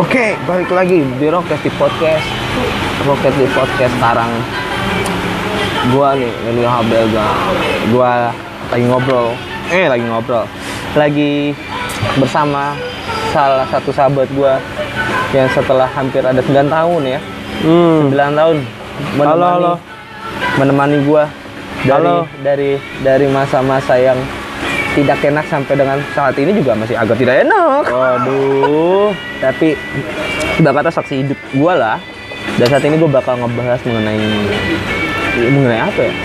Oke, balik lagi di Roket di Podcast. Roket di Podcast sekarang. Gua nih, ini Habel gua lagi ngobrol. Lagi bersama salah satu sahabat gua yang setelah hampir ada 9 tahun ya. 9 tahun menemani gua dari masa-masa yang tidak enak sampai dengan saat ini juga masih agak tidak enak. Waduh. Tapi udah kata saksi hidup gue lah. Dan saat ini gue bakal ngebahas mengenai apa ya?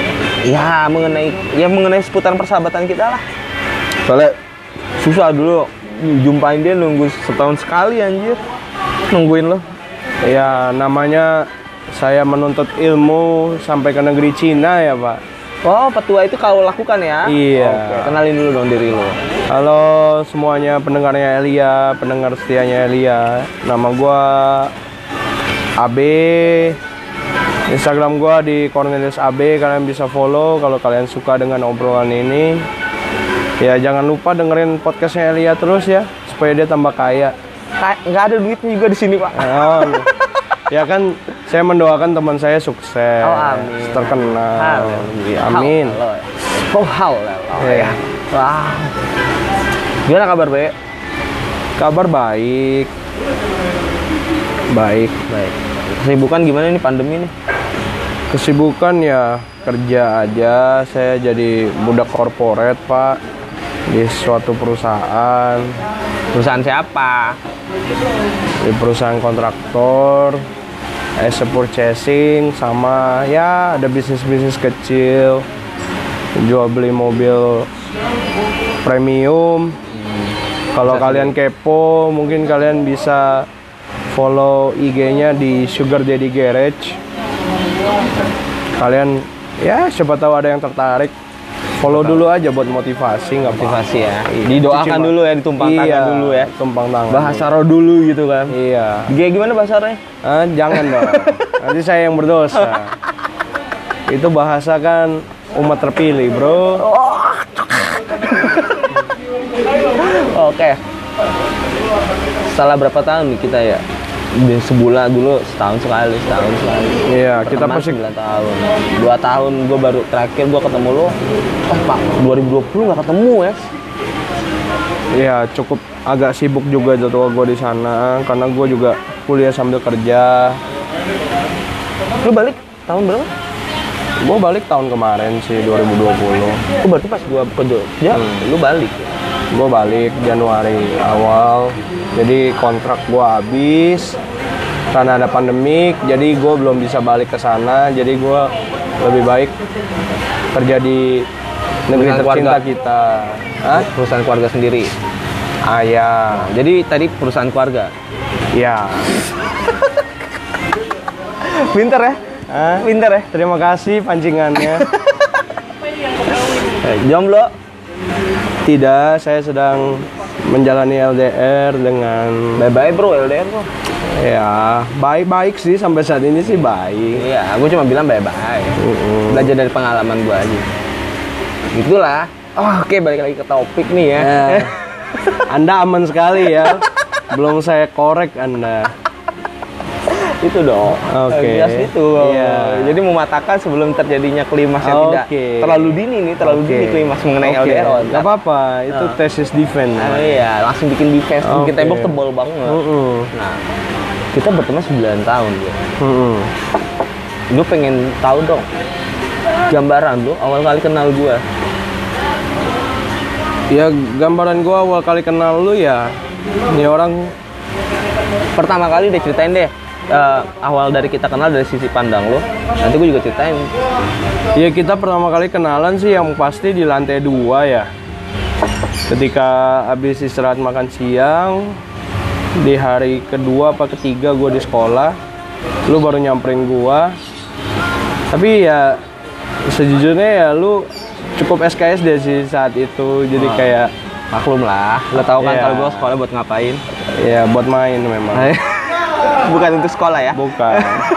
Ya mengenai seputaran persahabatan kita lah. Soalnya susah dulu jumpain dia, nunggu setahun sekali anjir. Nungguin lo. Ya namanya saya menuntut ilmu sampai ke negeri Cina ya Pak. Oh, petua itu kau lakukan ya? Iya. Oke, kenalin dulu dong diri lo. Halo semuanya pendengarnya Elia, pendengar setianya Elia. Nama gua AB. Instagram gua di Cornelius AB. Kalian bisa follow kalau kalian suka dengan obrolan ini. Ya jangan lupa dengerin podcastnya Elia terus ya, supaya dia tambah kaya. Nggak ada duitnya juga di sini Pak. Oh, ya kan saya mendoakan teman saya sukses, terkenal. Amin. Ya. Wow. Gimana kabar, Be? Kabar baik. Kesibukan gimana nih pandemi nih? Kesibukan ya kerja aja. Saya jadi budak korporat, Pak, di suatu perusahaan. Perusahaan siapa? Di perusahaan kontraktor. As a purchasing, sama ya ada bisnis-bisnis kecil, jual beli mobil premium. Kalau kalian kepo, mungkin kalian bisa follow IG-nya di Sugar Daddy Garage. Kalian ya siapa tahu ada yang tertarik. Follow dulu aja buat motivasi, nggak motivasi ya. Didoakan dulu ya, ditumpang tangan dulu ya. Tumpang tangan. Bahasa roh dulu gitu kan. Iya. Gimana bahasa rohnya? Jangan dong. Nanti saya yang berdosa. Itu bahasa kan umat terpilih, bro. Oke. Setelah berapa tahun nih kita ya? Di sebulan dulu setahun sekali. Iya, kita pasti 9 tahun. 2 tahun gue baru terakhir gue ketemu lo. Pak, 2020 nggak ketemu ya? Iya, cukup agak sibuk juga jadwal gue di sana karena gue juga kuliah sambil kerja. Lu balik tahun berapa? Gue balik tahun kemarin sih 2020. Oh, berarti pas gue ke Jogja, lu balik? Gue balik Januari awal. Jadi kontrak gue habis karena ada pandemik, jadi gue belum bisa balik ke sana. Jadi gue lebih baik kerja di negeri tercinta kita. Perusahaan keluarga sendiri. Ya. Jadi tadi perusahaan keluarga. Ya. Pinter ya? Pinter ya? Terima kasih pancingannya. Jomblo? Tidak, saya sedang menjalani LDR dengan... Bye-bye bro, LDR bro. Ya, baik-baik sih sampai saat ini sih baik. Iya, aku cuma bilang bye-bye. Belajar dari pengalaman gue aja. Gitulah. Oke, balik lagi ke topik nih ya. Anda aman sekali ya. Belum saya korek Anda. Itu dong. Oke. Jelas itu. Iya. Jadi mematakan sebelum terjadinya klimaks yang tidak terlalu dini nih, dini klimaks mengenai LDR. Gak apa-apa, itu tesis defense. Iya, langsung bikin defense, bikin tembok tebal banget. Nah, kita berteman 9 tahun ya. Gue pengen tahu dong gambaran lu awal kali kenal gue. Ya, gambaran gue awal kali kenal lu ya, ini orang pertama kali deh ceritain deh. Awal dari kita kenal dari sisi pandang lo, nanti gue juga ceritain. Ya kita pertama kali kenalan sih yang pasti di lantai 2 ya. Ketika habis istirahat makan siang, di hari kedua apa ketiga gue di sekolah, lu baru nyamperin gue. Tapi ya sejujurnya ya lu cukup SKSD sih saat itu, jadi kayak maklum lah. Lo tau kan kalau gue sekolah buat ngapain? Ya buat main memang. Bukan untuk sekolah ya? Bukan.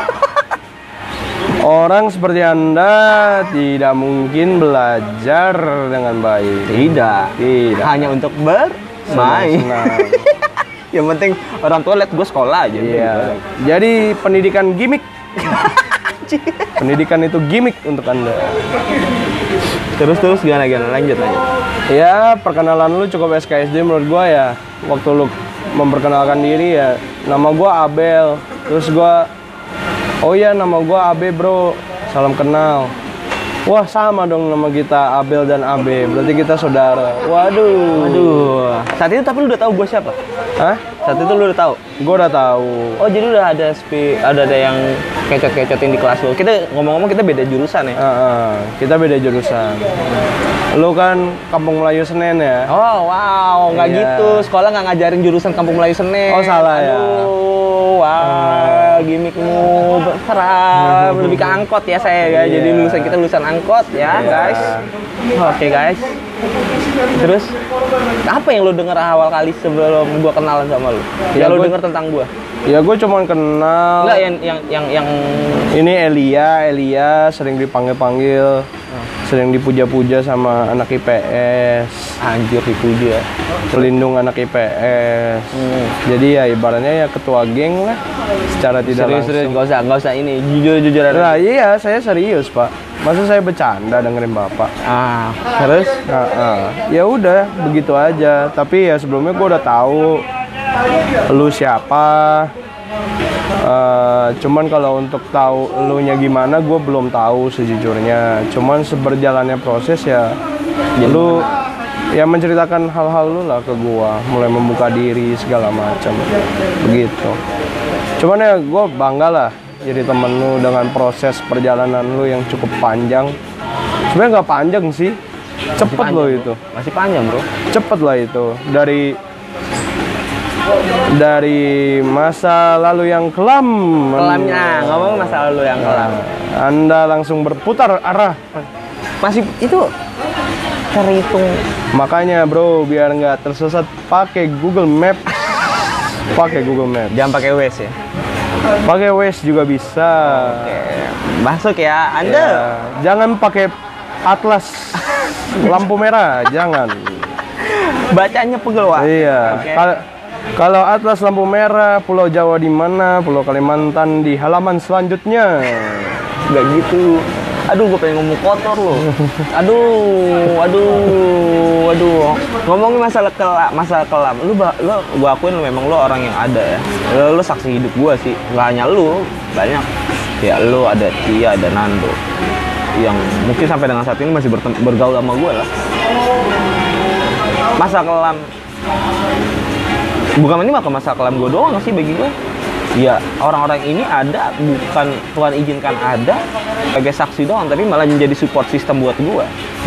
Orang seperti Anda tidak mungkin belajar dengan baik. Tidak. Hanya untuk bermain. Yang penting orang tua lihat gue sekolah aja. Iya. Jadi pendidikan gimmick. Pendidikan itu gimmick untuk Anda. Terus gimana lanjut. Ya, perkenalan lu cukup SKSD menurut gua ya. Waktu lu memperkenalkan diri ya, nama gua Abel. Terus gua, oh iya nama gua Abe bro, salam kenal. Wah sama dong nama kita Abel dan Abe, berarti kita saudara. Waduh. Saat itu tapi lu udah tahu gue siapa? Hah? Saat itu lu udah tahu? Gue udah tahu. Oh jadi udah ada yang kecot-kecotin di kelas lu. Kita ngomong-ngomong kita beda jurusan ya? Kita beda jurusan. Lu kan Kampung Melayu Senen ya? Oh wow, nggak gitu. Sekolah nggak ngajarin jurusan Kampung Melayu Senen. Oh salah ya? Wah, gimmickmu seram. Lebih ke angkot ya saya ya. Jadi kita lulusan angkot ya guys. Oke guys. Terus apa yang lu dengar awal kali sebelum gua kenalan sama lu? Ya lu dengar tentang gua? Ya gue cuma kenal. Enggak yang ini Elia sering dipanggil-panggil. Sering dipuja-puja sama anak IPS. Anjir dipuja. Pelindung anak IPS. Jadi ya ibaratnya ya ketua geng lah. Secara tidak langsung. Serius, nggak usah ini. Jujur aja. Nah iya, saya serius pak. Masa saya bercanda dengerin bapak. Terus? Ya udah, begitu aja. Tapi ya sebelumnya gue udah tahu lu siapa. Cuman kalau untuk tahu elunya gimana gue belum tahu sejujurnya. Cuman seberjalannya proses ya lu ya menceritakan hal-hal lu lah ke gua, mulai membuka diri segala macam begitu. Cuman ya gue bangga lah jadi temen lu dengan proses perjalanan lu yang cukup panjang. Sebenarnya nggak panjang sih, cepet lo itu. Masih panjang bro. Cepet lah itu dari masa lalu yang kelam. Kelamnya, ngomong masa lalu yang kelam. Anda langsung berputar arah. Masih itu terhitung. Makanya bro, biar nggak tersesat pakai Google Map. Pakai Google Map. Jangan pakai Waze ya. Pakai Waze juga bisa. Oke. Masuk ya, Anda. Ya, jangan pakai atlas lampu merah, jangan. Bacanya pegel wah. Iya. Okay. Kalau atlas lampu merah, Pulau Jawa di mana? Pulau Kalimantan di halaman selanjutnya. Gak gitu. Aduh, gue pengen ngomong kotor loh. Aduh. Ngomongin masalah kelam. Gue akuin lu memang lu orang yang ada ya. Lu saksi hidup gue sih. Gak hanya lu, banyak. Ya lu ada Tia, ada Nando. Yang mungkin sampai dengan saat ini masih bergaul sama gue lah. Masa kelam. Bukan ini mah masa kelam gue doang sih bagi gue. Ya orang-orang ini ada bukan Tuhan izinkan ada sebagai saksi doang, tapi malah menjadi support system buat gue.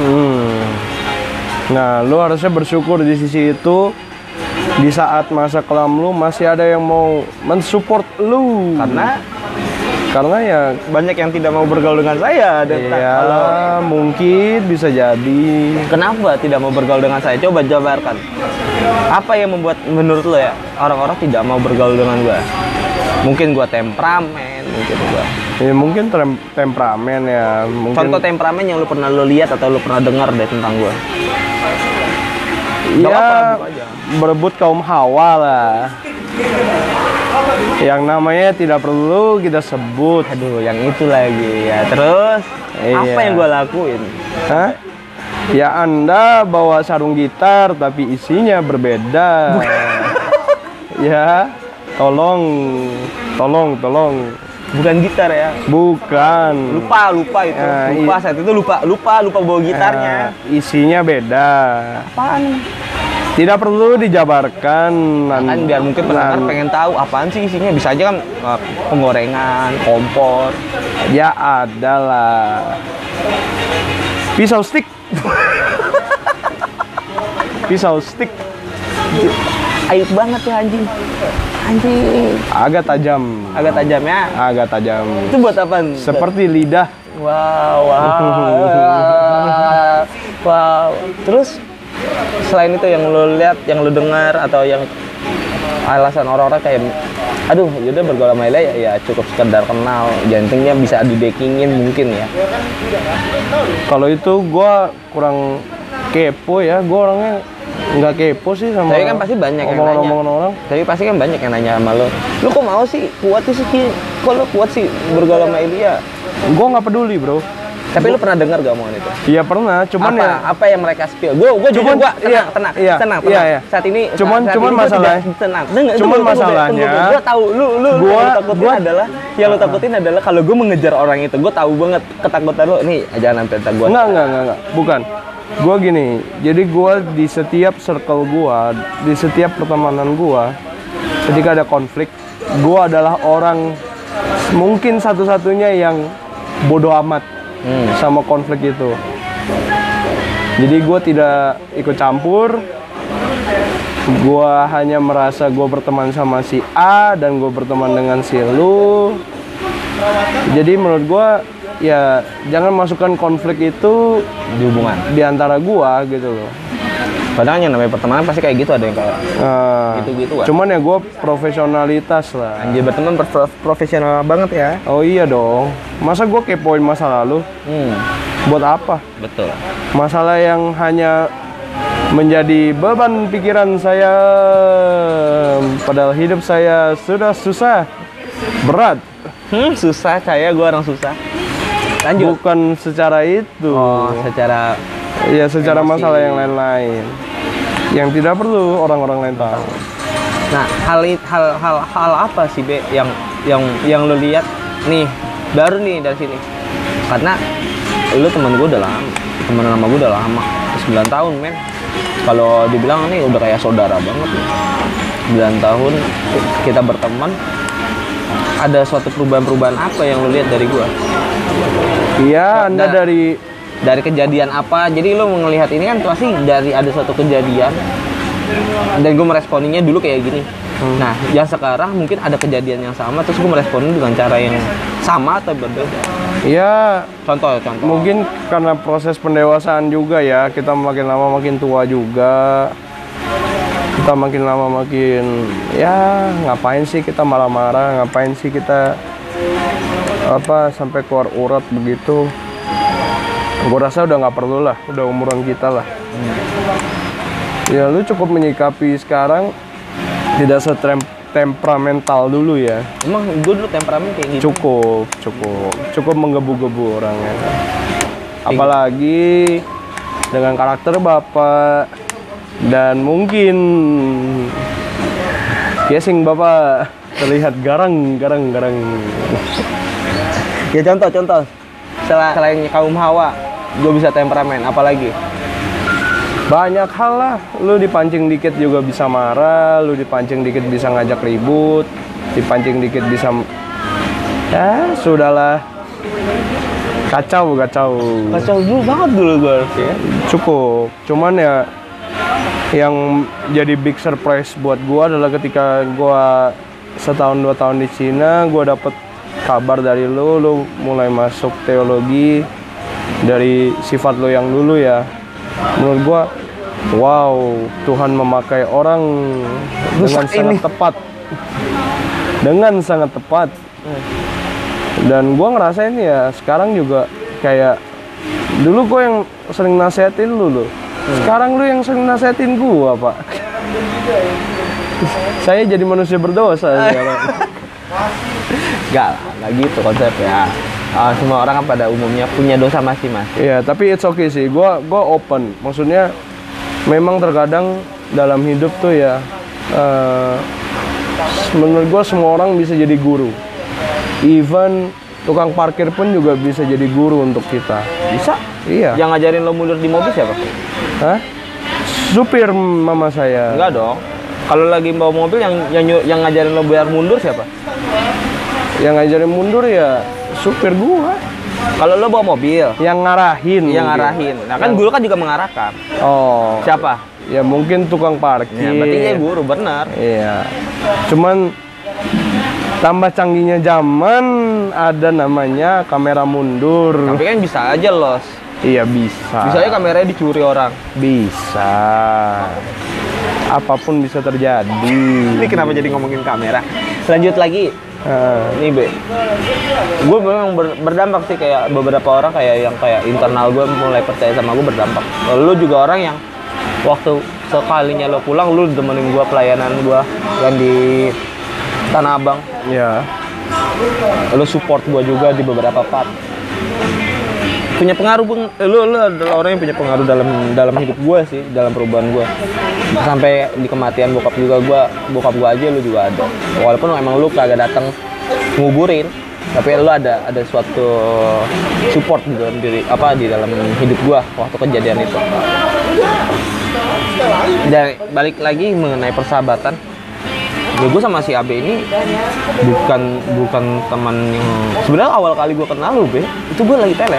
Nah, lu harusnya bersyukur di sisi itu. Di saat masa kelam lu masih ada yang mau mensupport lu. Karena ya banyak yang tidak mau bergaul dengan saya. Kalau mungkin bisa jadi. Kenapa tidak mau bergaul dengan saya? Coba jabarkan. Apa yang membuat menurut lo ya orang-orang tidak mau bergaul dengan gua? Mungkin gua temperamen, mungkin temperamen ya. Contoh temperamen yang lu pernah lo lihat atau lu pernah dengar deh tentang gua? Ya, berebut kaum Hawa lah. Yang namanya tidak perlu kita sebut. Aduh, yang itu lagi ya. Terus apa yang gua lakuin? Hah? Ya Anda bawa sarung gitar tapi isinya berbeda. Ya, tolong. Bukan gitar ya? Bukan. Lupa itu. Saat itu lupa bawa gitarnya. Isinya beda. Apaan? Tidak perlu dijabarkan. Kan biar mungkin pendengar pengen tahu apaan sih isinya. Bisa aja kan penggorengan, kompor. Ya ada lah. Pisau stick. Pisau stick. Aib banget ya anjing. Agak tajam ya. Agak tajam. Itu buat apa? Seperti lidah. Wow. Terus selain itu yang lo lihat, yang lo dengar atau yang alasan orang-orang kayak aduh yaudah bergaul sama Ella ya cukup sekedar kenal, jantungnya bisa dibakingin mungkin ya. Kalau itu gue kurang kepo ya, gue orangnya nggak kepo sih sama. Tapi kan pasti banyak yang nanya. Omongan orang. Tapi pasti kan banyak yang nanya sama lo. Lo kok mau sih kuat sih? Kok lo kuat sih bergaul sama Elia? Gue nggak peduli bro. Tapi lu pernah dengar gak omongan itu? Iya pernah, cuman apa yang mereka spill? Gue jujur tenang. Iya. Saat ini cuman masalahnya tenang. Cuman masalahnya gue tahu lu takutin adalah kalau gue mengejar orang itu, gue tahu banget ketakutan lu. Nih, jangan sampai gue. Enggak. Bukan. Gue gini, jadi gue di setiap circle gue, di setiap pertemanan gue, ketika ada konflik, gue adalah orang mungkin satu-satunya yang bodoh amat sama konflik itu. Jadi gue tidak ikut campur. Gue hanya merasa gue berteman sama si A dan gue berteman dengan si lu. Jadi menurut gue ya jangan masukkan konflik itu di hubungan di antara gue gitu loh. Padahal yang namanya pertemanan pasti kayak gitu, ada yang kayak gitu-gitu kan. Cuman ya gue profesionalitas lah. Anjir, berteman profesional banget ya. Oh iya dong. Masa gue kepoin masa lalu? Buat apa? Betul. Masalah yang hanya menjadi beban pikiran saya, padahal hidup saya sudah susah, berat. Susah, gue orang susah. Lanjut. Bukan secara itu. Oh, secara ya secara emosi. Masalah yang lain-lain yang tidak perlu orang-orang lain tahu. Nah, hal apa sih Be yang lu lihat nih baru nih dari sini? Karena lu teman gue udah lama, teman lama gue udah lama, 9 tahun men. Kalau dibilang nih udah kayak saudara banget nih. 9 tahun kita berteman. Ada suatu perubahan apa yang lu lihat dari gue? Iya, Anda dari kejadian apa? Jadi lo melihat ini kan pasti dari ada suatu kejadian dan gue meresponinya dulu kayak gini. Nah, yang sekarang mungkin ada kejadian yang sama terus gue meresponnya dengan cara yang sama atau berbeda. Ya, contoh. Mungkin karena proses pendewasaan juga ya. Kita makin lama makin tua juga. Kita makin lama makin ya ngapain sih kita marah-marah? Ngapain sih kita sampai keluar urat begitu? Gue rasa udah nggak perlu lah, udah umuran kita lah. Ya lu cukup menyikapi sekarang tidak setemperamental dulu ya. Emang gue dulu temperamen kayak gitu? Cukup menggebu-gebu orangnya. Apalagi dengan karakter bapak dan mungkin casing bapak terlihat garang. Ya contoh. Selain kaum Hawa, gue bisa temperamen, apalagi? Banyak hal lah. Lu dipancing dikit juga bisa marah, lu dipancing dikit bisa ngajak ribut, dipancing dikit bisa ya sudahlah. Kacau dulu banget dulu gue ya. Cukup. Cuman ya yang jadi big surprise buat gue adalah ketika gue setahun 2 tahun di Cina, gue dapet kabar dari lu mulai masuk teologi dari sifat lo yang dulu ya. Menurut gua, wow, Tuhan memakai orang dengan sangat tepat. Dan gua ngerasain ya sekarang juga kayak dulu gua yang sering nasehatin lu. Sekarang lu yang sering nasehatin gua, Pak. Saya jadi manusia berdosa sekarang. Nggak gitu konsepnya. Semua orang kan pada umumnya punya dosa masing-masing. Iya, tapi it's okay sih. Gua open. Maksudnya memang terkadang dalam hidup tuh ya menurut gua semua orang bisa jadi guru. Even tukang parkir pun juga bisa jadi guru untuk kita. Bisa? Iya. Yang ngajarin lo mundur di mobil siapa? Hah? Supir mama saya. Enggak dong. Kalau lagi bawa mobil yang ngajarin lo biar mundur siapa? Yang ngajarin mundur ya supir gua. Kalau lo bawa mobil, yang ngarahin. Nah kan guru kan juga mengarahkan. Oh. Siapa? Ya mungkin tukang parkir. Ya, berarti dia guru, benar. Iya. Cuman tambah canggihnya zaman ada namanya kamera mundur. Tapi kan bisa aja los. Iya bisa. Bisa aja kameranya dicuri orang. Bisa. Apapun bisa terjadi. Ini kenapa jadi ngomongin kamera? Lanjut lagi. Nih Be, gue memang berdampak sih, kayak beberapa orang kayak internal gue mulai percaya sama gue berdampak. Lu juga orang yang waktu sekalinya lo pulang, lu demenin gua pelayanan gua yang di Tanah Abang. Iya. Lu support gua juga di beberapa part. Punya pengaruh, lu adalah orang yang punya pengaruh dalam hidup gua sih, dalam perubahan gua. Sampai di kematian bokap gua aja lu juga ada. Walaupun emang lu kagak datang nguburin, tapi lu ada suatu support di dalam hidup gua waktu kejadian itu. Dan balik lagi mengenai persahabatan, ya gue sama si Abe ini bukan teman yang sebenarnya awal kali gue kenal lu, Be, itu gue lagi teler.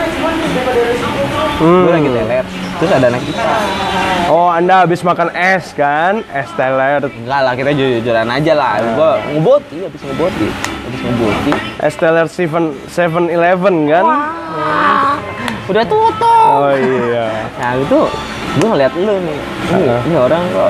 Gue lagi teler, terus ada anak kita. Oh, Anda habis makan es kan? Es teler. Enggak lah, kita jujur-jujuran aja lah. Gue habis ngeboti. Es teler 7-Eleven kan? Wah, udah tutup. Oh iya. Nah itu gue ngeliat lu nih. Ini orang kok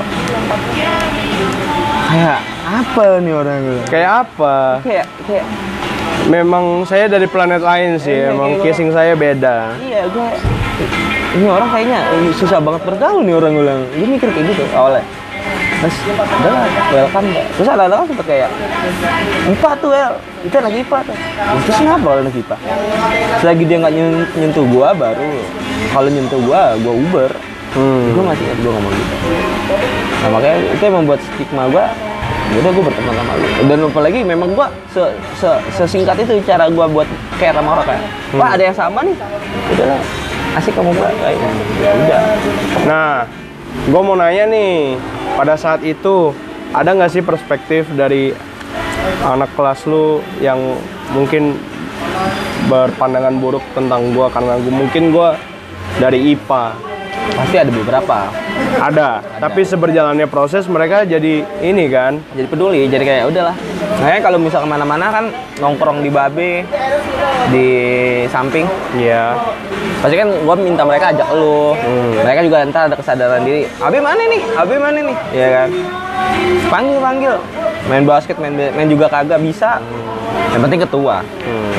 kayak apa nih orang lu? Kayak apa? Kayak Memang saya dari planet lain sih. Emang casing saya beda. iya, gue ini orang kayaknya susah banget bergaul nih orang ulang. Gue mikir kayak gitu awalnya. Terus udah welcome ya. Terus ada kan sempet kayak IPA tuh itu anak IPA tuh. Terus kenapa kalau anak IPA? Selagi dia nggak nyentuh gua baru. Kalau nyentuh gua Uber. Gue masih ingat gue ngomong gitu. Nah makanya itu yang membuat stigma gue. Udah gue berteman sama lu. Dan apalagi memang gue sesingkat itu cara gue buat care sama orang kayak, Pak ada yang sama nih. Udahlah, asik kamu Pak. Ya udah. Nah, gue mau nanya nih, pada saat itu ada nggak sih perspektif dari anak kelas lu yang mungkin berpandangan buruk tentang gue karena mungkin gue dari IPA? Pasti ada beberapa. Ada. Tapi seberjalannya proses mereka jadi ini kan, jadi peduli, jadi kayak udahlah. Nah kalau misal kemana-mana kan nongkrong di Babe, di samping. Iya. Pasti kan gua minta mereka ajak lu. Mereka juga ntar ada kesadaran diri. Abi mana nih? Iya kan. Panggil. Main basket, main juga kagak bisa. Yang penting ketua.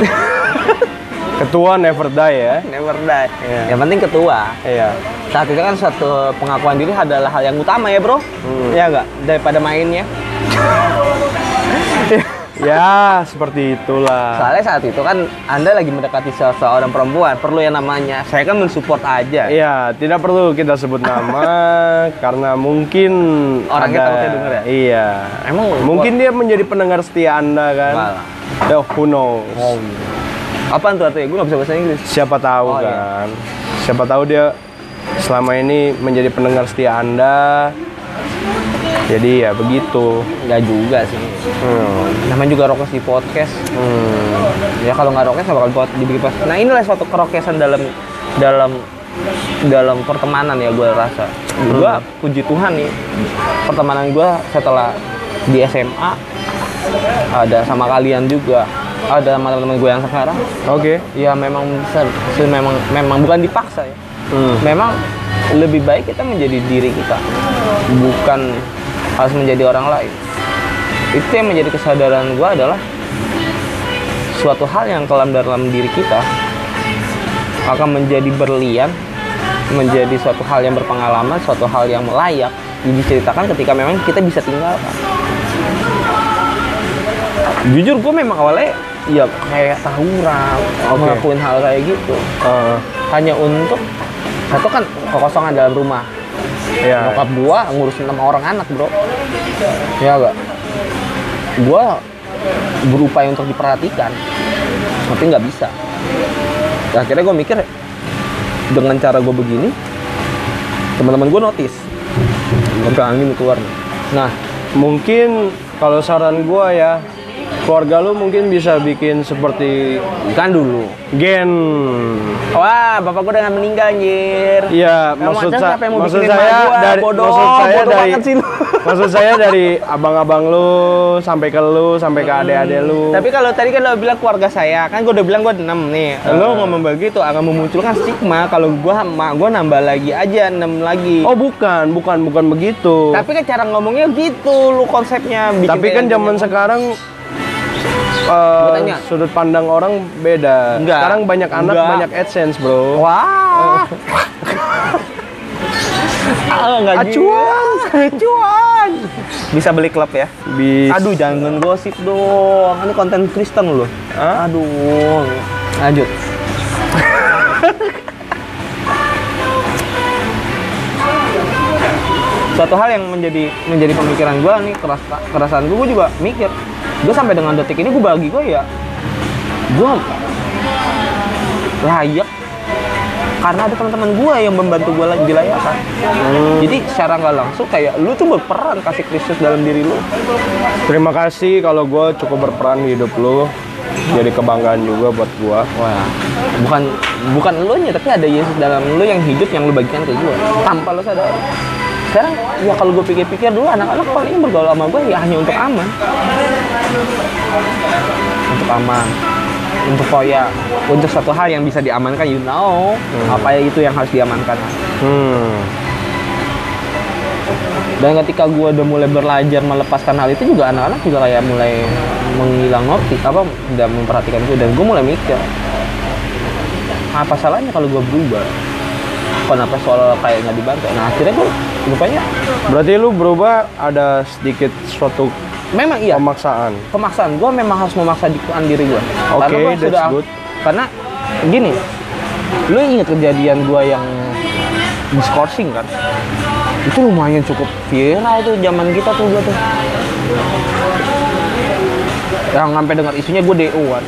Ketua never die ya. Never die. Yeah. Yang penting ketua. Iya. Saat itu kan suatu pengakuan diri adalah hal yang utama ya bro. Iya nggak? Daripada mainnya. Ya seperti itulah. Soalnya saat itu kan Anda lagi mendekati seorang perempuan, perlu yang namanya saya kan mensupport aja. Iya, tidak perlu kita sebut nama karena mungkin orang kita takutnya denger ya. Iya. Emang mungkin dia menjadi pendengar setia Anda kan. Malah. Who knows. Oh. Apaan tuh artinya? Gue nggak bisa bahasa Inggris. Siapa tahu kan. Iya. Siapa tahu dia selama ini menjadi pendengar setia Anda. Jadi ya begitu. Nggak juga sih. Namanya juga rokes di podcast. Ya kalau nggak rokes nggak bakal dibikin podcast. Nah inilah suatu kerokesan dalam pertemanan ya gue rasa. Gue puji Tuhan nih pertemanan gue setelah di SMA ada sama kalian juga. Ada sama teman-teman gue yang sekarang. Oke. Ya memang bukan dipaksa ya. Memang lebih baik kita menjadi diri kita, bukan harus menjadi orang lain. Itu yang menjadi kesadaran gue adalah suatu hal yang kelam dalam diri kita akan menjadi berlian, menjadi suatu hal yang berpengalaman, suatu hal yang layak diceritakan ketika memang kita bisa tinggalkan. Jujur gue memang awalnya ya kayak tawuran, ngelakuin hal kayak gitu. Hanya untuk satu kan kekosongan dalam rumah. Ya. Nyokap gua ngurusin 6 orang anak, bro. Ya enggak? Gua berupaya untuk diperhatikan, tapi nggak bisa. Akhirnya gua mikir dengan cara gua begini, teman-teman gua notice. Angin keluar. Nah, mungkin kalau saran gua ya, keluarga lu mungkin bisa bikin seperti kan dulu gen. Wah, bapak gua udah meninggal anjir. Iya, maksud saya dari abang-abang lu sampai ke adik-adik lu. Tapi kalau tadi kan lo bilang keluarga saya, kan gua udah bilang gua 6 nih. Lo ngomong begitu akan memunculkan stigma kalau gua nambah lagi aja 6 lagi. Oh, bukan begitu. Tapi kan cara ngomongnya gitu lu konsepnya bikin. Tapi kan zaman sekarang sudut pandang orang beda. Enggak. Sekarang banyak anak, banyak AdSense, bro. Wah. Nggak Acuan. Bisa beli klub ya? Bisa. Aduh, jangan gosip dong. Ini konten Kristen loh. Hah? Aduh. Lanjut. Suatu hal yang menjadi pemikiran gue nih, kerasan gue juga mikir. Gue sampai dengan detik ini gue gue layak karena ada teman-teman gue yang membantu gue lagi dilayakan. Jadi secara nggak langsung kayak lu tuh berperan kasih Kristus dalam diri lu. Terima kasih kalau gue cukup berperan di hidup lu. Jadi kebanggaan juga buat gue. Wah, bukan lu nya, tapi ada Yesus dalam lu yang hidup, yang lu bagikan ke gue tanpa lu sadari. Sekarang ya kalau gue pikir-pikir dulu, anak-anak paling bergaul sama gue ya hanya untuk aman, untuk koya, untuk satu hal yang bisa diamankan, apa ya itu yang harus diamankan. Dan ketika gue udah mulai belajar melepaskan hal itu juga, anak-anak juga kayak mulai menghilang ngerti tidak memperhatikan gue, dan gue mulai mikir apa salahnya kalau gue berubah. Kenapa soal kayak nggak dibantu? Nah akhirnya gue rupanya. Berarti lu berubah ada sedikit suatu memang iya pemaksaan. Gue memang harus memaksa diri gue. Oke, that's good. Karena gini, lu inget kejadian gue yang diskorsing kan? Itu lumayan cukup viral tuh zaman kita tuh gue tuh. Yang sampai dengar isunya gue DO kan.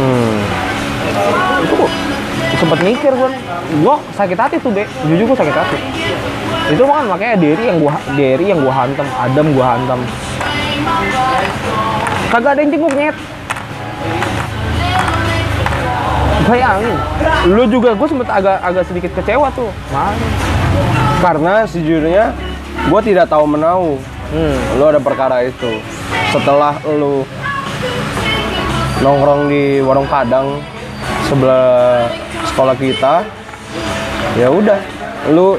Itu sempet mikir gue sakit hati tuh deh, jujur gue sakit hati. Itu kan makanya Derry yang gue hantam, Adam gue hantam. Kagak ada yang jenguk nyet. Bayangin, lu juga gue sempet agak sedikit kecewa tuh. Karena sejujurnya gue tidak tahu menau. Lu ada perkara itu. Setelah lu nongkrong di warung Padang sebelah sekolah kita, ya udah, lu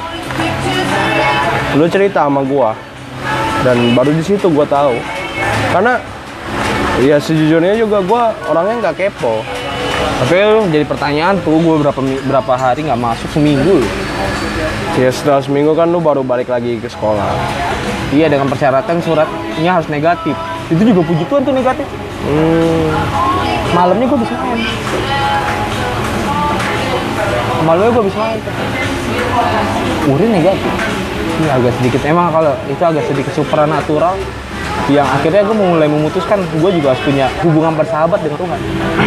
cerita sama gua, dan baru di situ gua tahu. Karena ya sejujurnya juga gua orangnya nggak kepo. Tapi lu jadi pertanyaan tuh, gua berapa hari nggak masuk, seminggu. Ya setelah seminggu kan lu baru balik lagi ke sekolah. Iya, dengan persyaratan suratnya harus negatif. Itu juga puji Tuhan tuh negatif. Malamnya gua bisa main. Malamnya gue bisa main. Urin negatif. Ini agak sedikit, emang kalau itu agak sedikit supranatural. Yang akhirnya gue mulai memutuskan gue juga harus punya hubungan bersahabat dengan Tuhan.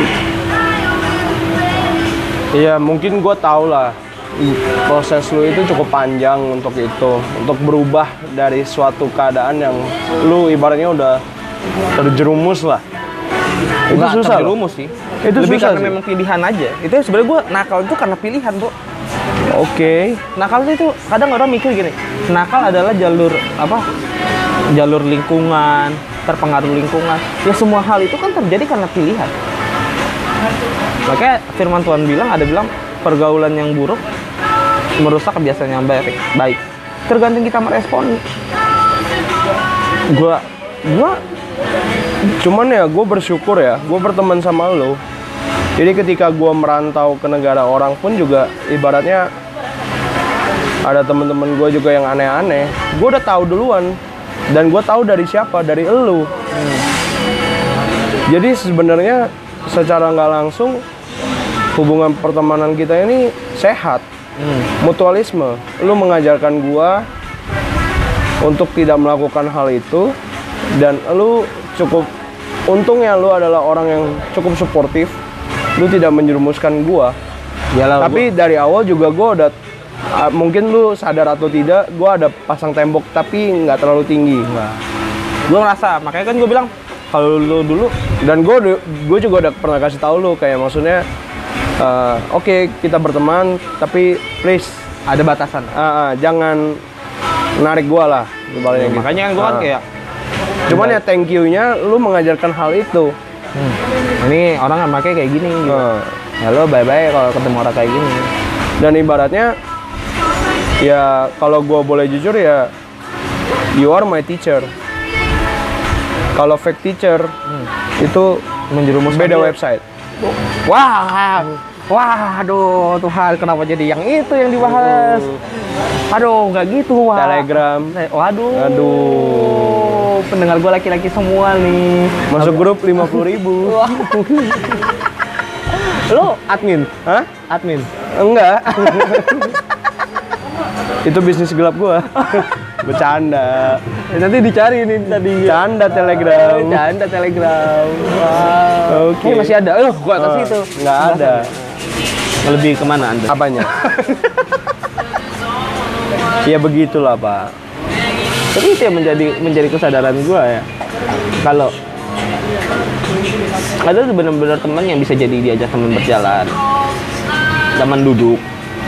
Iya, mungkin gue tau lah proses lu itu cukup panjang untuk itu, untuk berubah dari suatu keadaan yang lu ibaratnya udah terjerumus lah. Itu susah terjerumus sih. Itu lebih susah karena sih. Memang pilihan aja. Itu sebenarnya gue nakal itu karena pilihan, bro. Oke. Nakal itu kadang orang mikir gini, nakal adalah jalur lingkungan, terpengaruh lingkungan. Ya semua hal itu kan terjadi karena pilihan. Makanya firman Tuhan bilang pergaulan yang buruk merusak kebiasaan yang baik. Tergantung kita meresponi. Cuman ya gue bersyukur ya, gue berteman sama lo. Jadi ketika gue merantau ke negara orang pun juga ibaratnya ada teman-teman gue juga yang aneh-aneh. Gue udah tahu duluan, dan gue tahu dari siapa, dari elu. Jadi sebenarnya secara nggak langsung hubungan pertemanan kita ini sehat, mutualisme. Lu mengajarkan gue untuk tidak melakukan hal itu, dan lu cukup untungnya lu adalah orang yang cukup suportif. Lu tidak menjerumuskan gua. Yalah, tapi dari awal juga gua udah mungkin lu sadar atau tidak, gua ada pasang tembok tapi nggak terlalu tinggi. Gua ngerasa, makanya kan gua bilang kalau lu dulu, dan gua juga udah pernah kasih tahu lu kayak maksudnya oke, kita berteman tapi please ada batasan. Jangan narik gua lah ibaratnya gitu. Makanya kan gua kan kayak cuman ya thank you-nya lu mengajarkan hal itu. Ini orang makanya kayak gini gitu. Ya lo bye-bye kalau ketemu orang kayak gini. Dan ibaratnya ya kalau gue boleh jujur ya, you are my teacher. Kalau fake teacher itu menjerumus beda website. Wah, Wah, aduh Tuhan, kenapa jadi yang itu yang dibahas? Aduh, nggak gitu, wah. Telegram. Waduh. Aduh. Pendengar gue laki-laki semua nih. Masuk grup 50.000. Wah. Lo admin? Hah? Admin? Enggak. Itu bisnis gelap gua. Bercanda. Nanti dicari nih tadi. Canda Telegram. Canda Telegram. Wow. Oke. Masih ada. Gua atas itu. Enggak ada. Lebih kemana Anda? Apanya? Ya begitulah, Pak. Tapi itu yang menjadi kesadaran gua ya. Kalau ada tuh benar-benar teman yang bisa jadi diajak teman berjalan, teman duduk,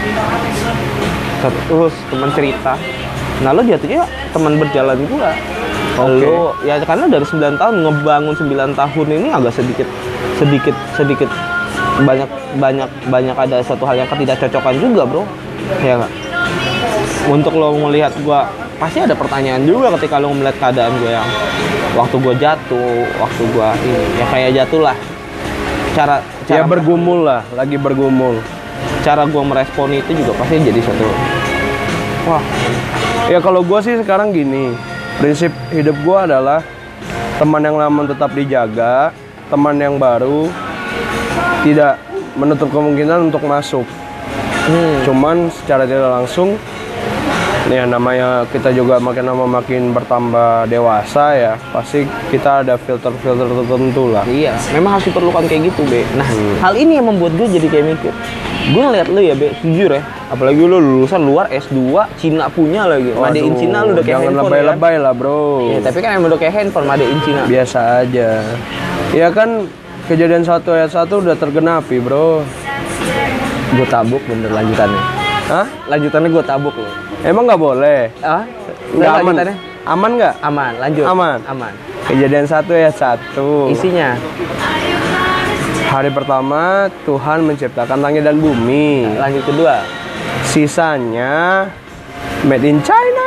terus teman cerita. Nah lo jatuhnya teman berjalan gua. Oke. Lo ya karena dari 9 tahun ngebangun 9 tahun ini agak sedikit banyak ada suatu hal yang ketidakcocokan juga, bro. Ya nggak? Untuk lo melihat gua pasti ada pertanyaan juga ketika lo melihat keadaan gua yang waktu gua jatuh, waktu gua ini ya kayak jatuh lah. Cara bergumul lah, lagi bergumul. Cara gua merespon itu juga pasti jadi suatu wah. Ya kalau gua sih sekarang gini, prinsip hidup gua adalah teman yang lama tetap dijaga, teman yang baru tidak menutup kemungkinan untuk masuk. Cuman secara tidak langsung ya namanya kita juga makin lama makin bertambah dewasa ya, pasti kita ada filter-filter tertentu lah. Iya, memang harus diperlukan kayak gitu, Be. Nah, hal ini yang membuat gue jadi kayak mikir. Gue ngeliat lu ya, Be, jujur ya. Apalagi lu lulusan luar S2, Cina punya lagi. Made in Cina lu udah kayak handphone. Jangan lebay-lebay kan? lah, bro. Ya, tapi kan emang udah kayak handphone, Made in Cina. Biasa aja. Ya kan, kejadian 1 ayat 1 udah tergenapi, bro. Gue tabuk bener lanjutannya. Hah? Lanjutannya gue tabuk loh. Emang nggak boleh? Ah? Nggak aman? Lanjutannya? Aman nggak? Aman, lanjut. Aman? Aman. Kejadian 1 ayat 1. Isinya? Hari pertama Tuhan menciptakan langit dan bumi. Lanjut kedua? Sisanya made in China.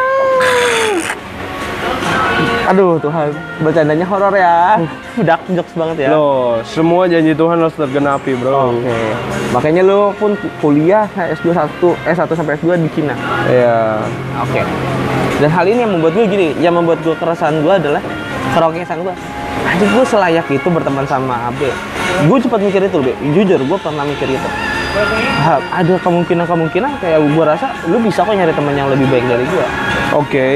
Aduh Tuhan, bercandanya horor ya. Dark jokes banget ya. Loh, semua janji Tuhan harus tergenapi, bro. Oke. Makanya lu pun kuliah S1 sampai S2 di Cina. Iya. Oke. Dan hal ini yang membuat gue gini, yang membuat gue keresahan gue adalah kerokesan gue. Aduh, gue selayak itu berteman sama Abe. Gue cepat mikir itu, Be. Jujur, gue pernah mikir itu. Ada kemungkinan kayak gue rasa lu bisa kok nyari teman yang lebih baik dari gue. Oke.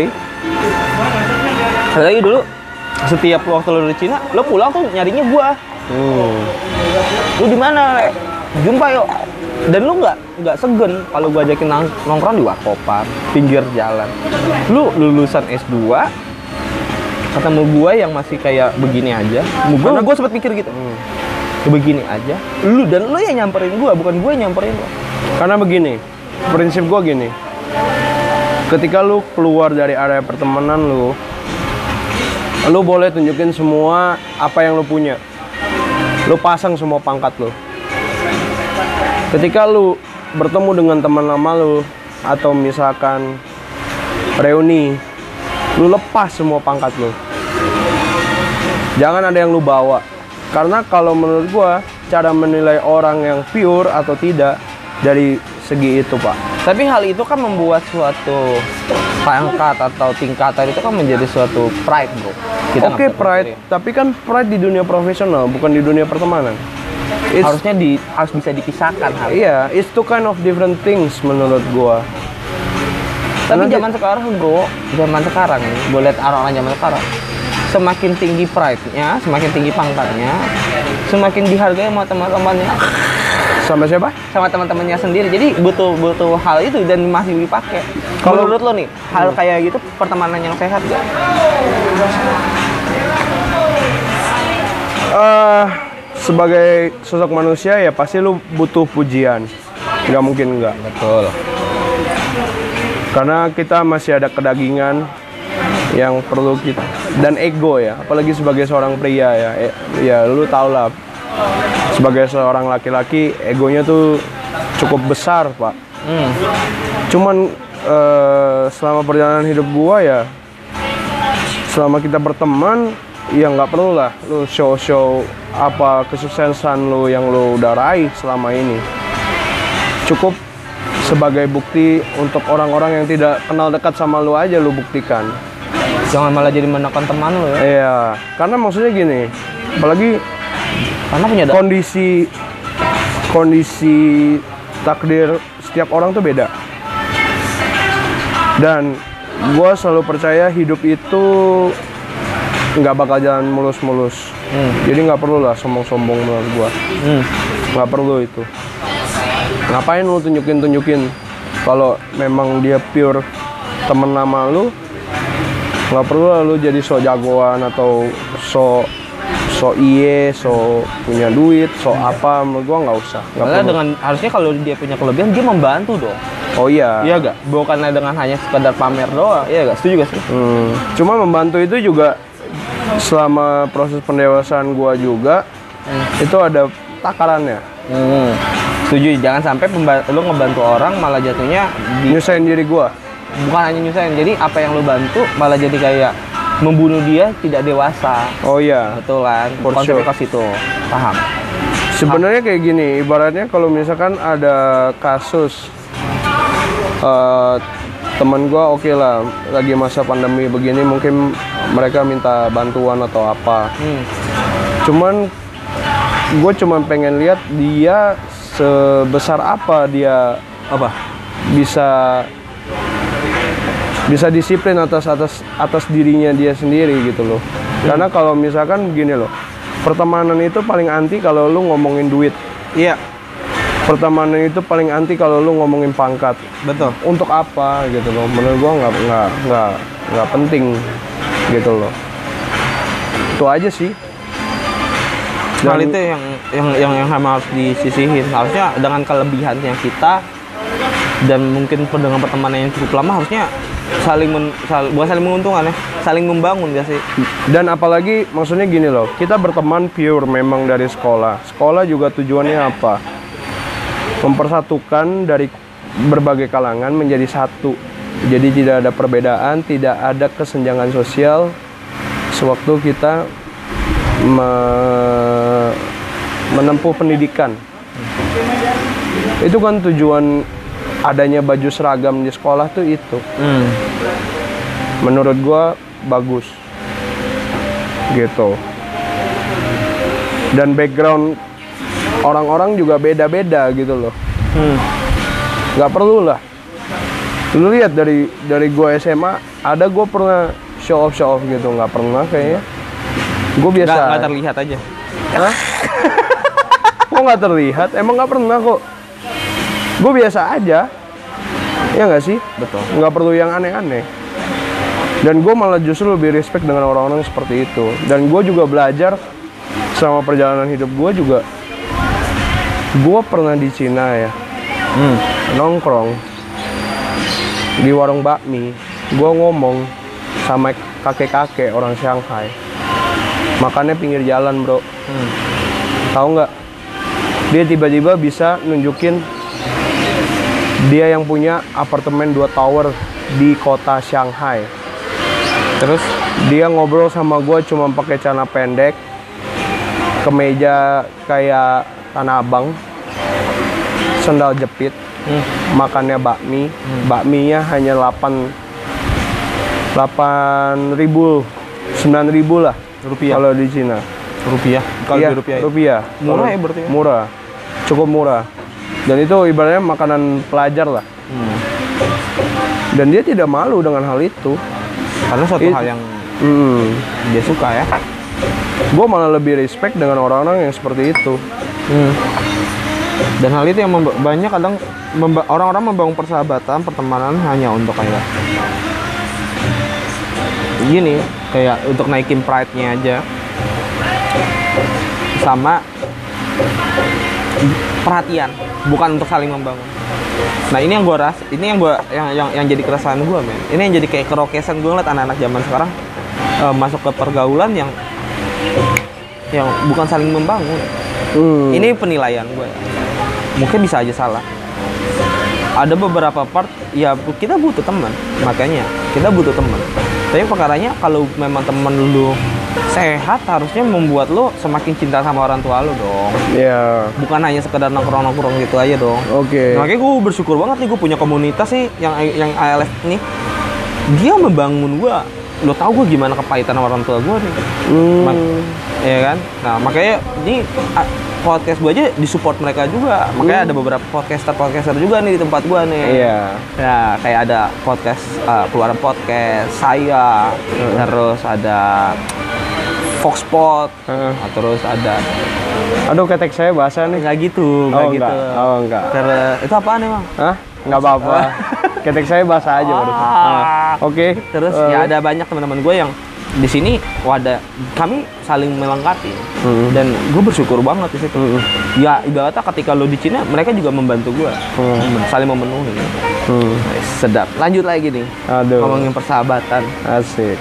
Lagi dulu setiap waktu lu di Cina, lu pulang tuh nyarinya gua. Lu di mana, Le? Jumpa yuk. Dan lu nggak segen kalau gua ajakin nongkrong di warkopan, pinggir jalan. Lu lulusan S2 ketemu gua yang masih kayak begini aja. Gua sempet mikir gitu. Begini aja. Lu yang nyamperin gua, bukan gua yang nyamperin lu. Karena begini, prinsip gua gini. Ketika lu keluar dari area pertemanan lu boleh tunjukin semua apa yang lu punya. Lu pasang semua pangkat lu. Ketika lu bertemu dengan teman lama lu atau misalkan reuni, lu lepas semua pangkat lu. Jangan ada yang lu bawa. Karena kalau menurut gua, cara menilai orang yang pure atau tidak dari segi itu, Pak. Tapi hal itu kan membuat suatu pangkat atau tingkatan itu kan menjadi suatu pride, bro. Oke, pride. Tapi kan pride di dunia profesional, bukan di dunia pertemanan. Harusnya harus bisa dipisahkan. Iya, it's two kind of different things menurut gua. Tapi zaman sekarang, bro, zaman sekarang nih, gue lihat orang-orang zaman sekarang, semakin tinggi pride-nya, semakin tinggi pangkatnya, semakin dihargai sama teman-temannya. Sama siapa? Sama teman-temannya sendiri. Jadi butuh hal itu dan masih dipakai. Kalau menurut lo nih, hal kayak gitu pertemanan yang sehat gak? Sebagai sosok manusia ya pasti lu butuh pujian. Nggak mungkin enggak. Betul. Karena kita masih ada kedagingan yang perlu kita dan ego ya, apalagi sebagai seorang pria ya. Ya lu tau lah. Sebagai seorang laki-laki, egonya tuh cukup besar, Pak. Cuman selama perjalanan hidup gua ya, selama kita berteman, ya nggak perlu lah lu show apa kesuksesan lu yang lu udah raih selama ini. cukup sebagai bukti untuk orang-orang yang tidak kenal dekat sama lu aja lu buktikan. Jangan malah jadi menekan teman lu ya. Iya, karena maksudnya gini, apalagi Karena punya kondisi takdir setiap orang tuh beda. Dan gue selalu percaya hidup itu nggak bakal jalan mulus-mulus. Jadi nggak perlu lah sombong-sombong menurut gue. Nggak perlu itu. Ngapain lu tunjukin kalau memang dia pure temen nama lu, nggak perlu lah lu jadi so jagoan atau so punya duit, apa, menurut gua nggak usah. Karena dengan harusnya kalau dia punya kelebihan dia membantu dong. Oh iya. Iya gak? Bukannya dengan hanya sekedar pamer doang. Iya gak? Setuju gak sih? Cuma membantu itu juga selama proses pendewasaan gua juga itu ada takarannya. Setuju. Jangan sampai lu ngebantu orang malah jatuhnya Nyusahin diri gua. bukan hanya nyusahin. Jadi apa yang lu bantu malah jadi kayak membunuh dia tidak dewasa. Oh iya. Betul kan? For Konsepnya sure. ke situ. Paham? Sebenarnya kayak gini, ibaratnya kalau misalkan ada kasus temen gue oke lah, lagi masa pandemi begini mungkin mereka minta bantuan atau apa. Cuman gue cuman pengen lihat dia sebesar apa dia bisa disiplin atas dirinya dia sendiri gitu loh. Karena kalau misalkan begini loh, pertemanan itu paling anti kalau lu ngomongin duit. Iya. Pertemanan itu paling anti kalau lu ngomongin pangkat. Betul. Untuk apa gitu loh? Menurut gua nggak penting gitu loh. Itu aja sih. Hal itu yang harus disisihin. Harusnya dengan kelebihannya kita dan mungkin dengan pertemanan yang cukup lama harusnya bukan saling menguntungkan ya, saling membangun gak sih? Dan apalagi maksudnya gini loh, kita berteman pure memang dari sekolah. Sekolah juga tujuannya apa? Mempersatukan dari berbagai kalangan menjadi satu. Jadi tidak ada perbedaan, tidak ada kesenjangan sosial sewaktu kita menempuh pendidikan. Itu kan tujuan adanya baju seragam di sekolah tuh itu. Menurut gua bagus gitu. Dan background orang-orang juga beda-beda gitu loh. Nggak perlu lah. Lu lihat dari gua SMA, ada gua pernah show off gitu, nggak pernah kayaknya. Gua biasa. Nggak terlihat aja. Hah? Kok nggak terlihat? Emang nggak pernah kok. Gue biasa aja, ya nggak sih? Betul. Nggak perlu yang aneh-aneh. Dan gue malah justru lebih respect dengan orang-orang seperti itu. Dan gue juga belajar selama perjalanan hidup gue juga. Gue pernah di Cina ya, nongkrong di warung bakmi. Gue ngomong sama kakek-kakek orang Shanghai, makannya pinggir jalan bro. Tahu nggak? Dia tiba-tiba bisa nunjukin dia yang punya apartemen 2 tower di kota Shanghai. Terus dia ngobrol sama gue cuma pakai celana pendek, kemeja kayak Tanah Abang, sendal jepit, makannya bakmi. Bakminya hanya 8.000, 9.000 lah Rupiah. kalau di Cina. Rupiah. Kalau Iya, di rupiah. rupiah. Murah ya berarti? Murah, cukup murah. Dan itu ibaratnya makanan pelajar lah. Dan dia tidak malu dengan hal itu. Karena suatu hal yang dia suka ya. Gue malah lebih respect dengan orang-orang yang seperti itu. Dan hal itu yang banyak kadang orang-orang membangun persahabatan, pertemanan hanya untuk kayak gini, kayak untuk naikin pride-nya aja. Sama perhatian, bukan untuk saling membangun. Nah ini yang gue yang jadi keresahan gue, men. Ini yang jadi kayak kerokesan gue ngeliat anak-anak zaman sekarang masuk ke pergaulan yang bukan saling membangun. Ini penilaian gue. Mungkin bisa aja salah. Ada beberapa part ya kita butuh teman, makanya kita butuh teman. Tapi perkaranya kalau memang temen lu sehat, harusnya membuat lu semakin cinta sama orang tua lu dong. Iya. Bukan hanya sekedar nongkrong-nongkrong gitu aja dong. Oke. Nah, makanya gue bersyukur banget nih, gue punya komunitas sih yang ALF nih. Dia membangun gue. Lo tau gue gimana kepahitan sama orang tua gue nih. Ya kan? Nah, makanya ini podcast gue aja disupport mereka juga. Makanya ada beberapa podcaster juga nih di tempat gue nih. Iya. Ya, kayak ada podcast keluaran podcast saya, terus ada Foxpot, terus ada. Aduh, ketek saya basah nih. Nggak gitu, nggak gitu. Enggak. Oh, enggak. Terus itu apaan emang? Hah? Nggak apa-apa. Ketek saya basah aja baru. Oke. Terus ya ada banyak teman-teman gue yang di sini kami saling melengkapi dan gue bersyukur banget di situ. Ya ibaratnya ketika lo di Cina, mereka juga membantu gue, saling memenuhi. Sedap. Lanjut lagi nih. Aduh. Ngomongin persahabatan. Asik.